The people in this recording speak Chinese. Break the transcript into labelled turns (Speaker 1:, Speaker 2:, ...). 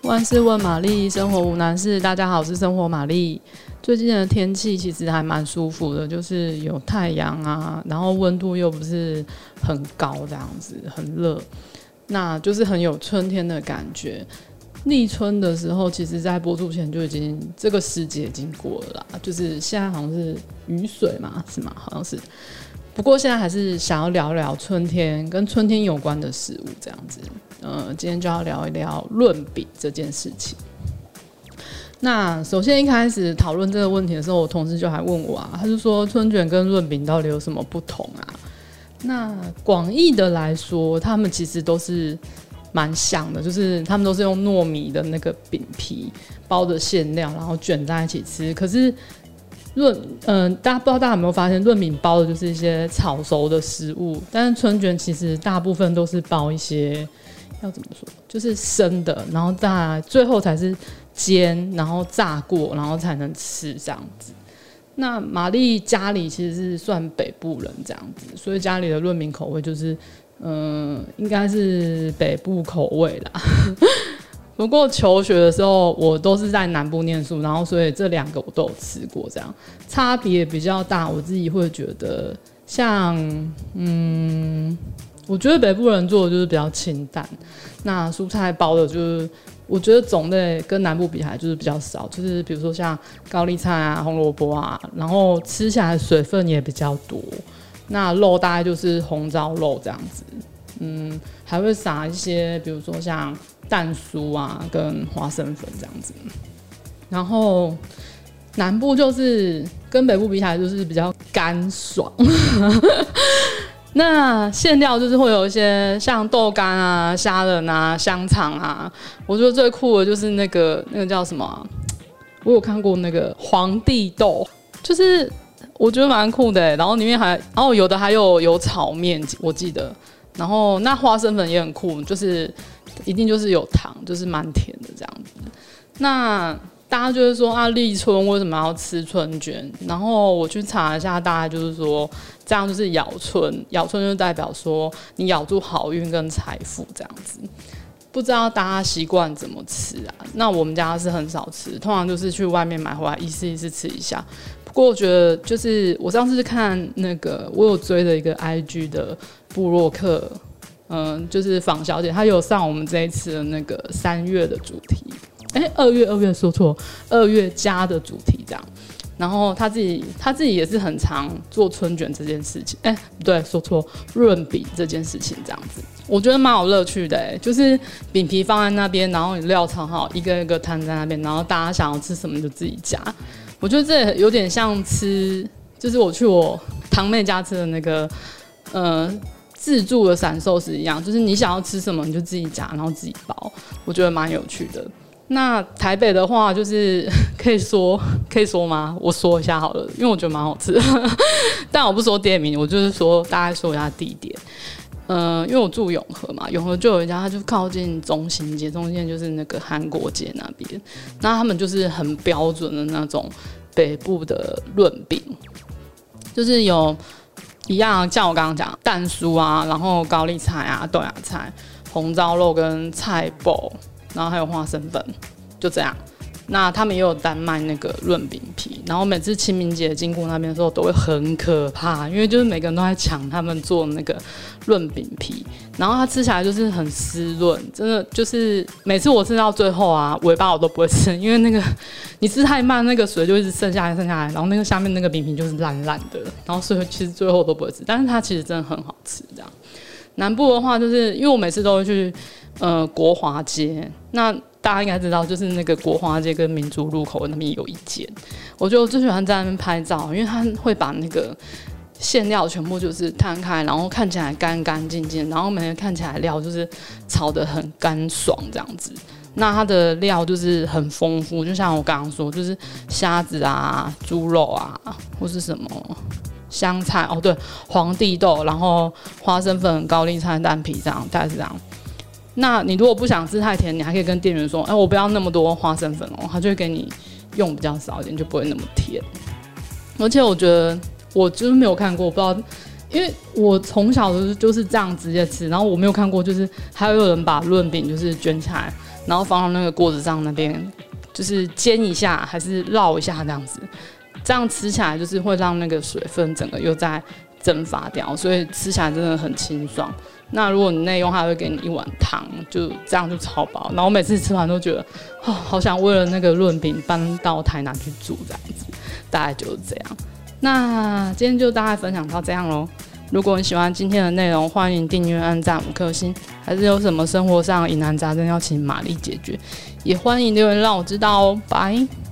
Speaker 1: 万事问玛丽，生活无难事。大家好，我是生活玛丽。最近的天气其实还蛮舒服的，就是有太阳啊，然后温度又不是很高，这样子很热，那就是很有春天的感觉。立春的时候，其实在播出前就已经这个时节已经过了啦，就是现在好像是雨水嘛，是吗？好像是。不过现在还是想要聊聊春天跟春天有关的事物，这样子。今天就要聊一聊润饼这件事情。那首先一开始讨论这个问题的时候，我同事就还问我啊，他就说春卷跟润饼到底有什么不同啊？那广义的来说，他们其实都是蛮像的，就是他们都是用糯米的那个饼皮包的馅料，然后卷在一起吃。可是大家不知道大家有没有发现，润饼包的就是一些炒熟的食物，但是春卷其实大部分都是包一些要怎么说，就是生的，然后最后才是煎，然后炸过，然后才能吃这样子。那玛丽家里其实是算北部人这样子，所以家里的润饼口味就是应该是北部口味啦。不过求学的时候，我都是在南部念书，然后所以这两个我都有吃过，这样差别比较大。我自己会觉得像我觉得北部人做的就是比较清淡，那蔬菜包的就是我觉得种类跟南部比起来就是比较少，就是比如说像高丽菜啊、红萝卜啊，然后吃起来水分也比较多。那肉大概就是红糟肉这样子，还会撒一些比如说像蛋酥啊跟花生粉这样子。然后南部就是跟北部比起来就是比较干爽。那馅料就是会有一些像豆干啊、虾仁啊、香肠啊。我觉得最酷的就是那个叫什么啊？我有看过那个皇帝豆，就是我觉得蛮酷的。然后里面有的还有炒面，我记得。然后那花生粉也很酷，就是一定就是有糖，就是蛮甜的这样子。那大家就会说啊，立春为什么要吃春卷？然后我去查一下，大概就是说这样就是咬春，咬春就代表说你咬住好运跟财富这样子。不知道大家习惯怎么吃啊？那我们家是很少吃，通常就是去外面买回来一次一次吃一下。不过我觉得就是我上次看那个我有追的一个 IG 的部落客，就是仿小姐，她有上我们这一次的那个3月的主题。2月说错，2月加的主题这样。然后他自己也是很常做春卷这件事情，不对，说错，润饼这件事情这样子，我觉得蛮有乐趣的。就是饼皮放在那边，然后你料炒好，一个一个摊在那边，然后大家想要吃什么就自己夹。我觉得这有点像吃，就是我去我堂妹家吃的那个自助的散寿司一样，就是你想要吃什么你就自己夹，然后自己包，我觉得蛮有趣的。那台北的话，就是可以说吗？我说一下好了，因为我觉得蛮好吃的。但我不说店名，我就是说大概说一下地点。因为我住永和嘛，永和就有一家，它就靠近中心街，中心街就是那个韩国街那边。那他们就是很标准的那种北部的润饼，就是有一样像我刚刚讲蛋酥啊，然后高丽菜啊、豆芽菜、红糟肉跟菜脯。然后还有花生粉，就这样。那他们也有单卖那个润饼皮，然后每次清明节经过那边的时候都会很可怕，因为就是每个人都在抢他们做那个润饼皮，然后它吃起来就是很湿润，真的就是每次我吃到最后啊，尾巴我都不会吃，因为那个你吃太慢，那个水就一直剩下来，然后那个下面那个饼皮就是烂烂的，然后所以其实最后我都不会吃，但是它其实真的很好吃这样。南部的话，就是因为我每次都会去国华街，那大家应该知道，就是那个国华街跟民族路口那边有一间，我觉得我最喜欢在那边拍照，因为他会把那个馅料全部就是摊开，然后看起来干干净净，然后每天看起来料就是炒得很干爽这样子。那它的料就是很丰富，就像我刚刚说，就是虾子啊、猪肉啊，或是什么香菜对，皇帝豆，然后花生粉、高丽菜、蛋皮这样，大概是这样。那你如果不想吃太甜，你还可以跟店员说，我不要那么多花生粉他就会给你用比较少一点，就不会那么甜。而且我觉得我就是没有看过，不知道，因为我从小就是这样直接吃，然后我没有看过，就是还有人把润饼就是卷起来， 然后放到那个锅子上那边，就是煎一下还是烙一下这样子，这样吃起来就是会让那个水分整个又在蒸发掉，所以吃起来真的很清爽。那如果你内用，还会给你一碗汤，就这样就超饱。然后我每次吃完都觉得，哦，好想为了那个润饼搬到台南去住这样子，大概就是这样。那今天就大概分享到这样咯。如果你喜欢今天的内容，欢迎订阅、按赞5颗星。还是有什么生活上疑难杂症要请玛丽解决，也欢迎留言让我知道哦。拜。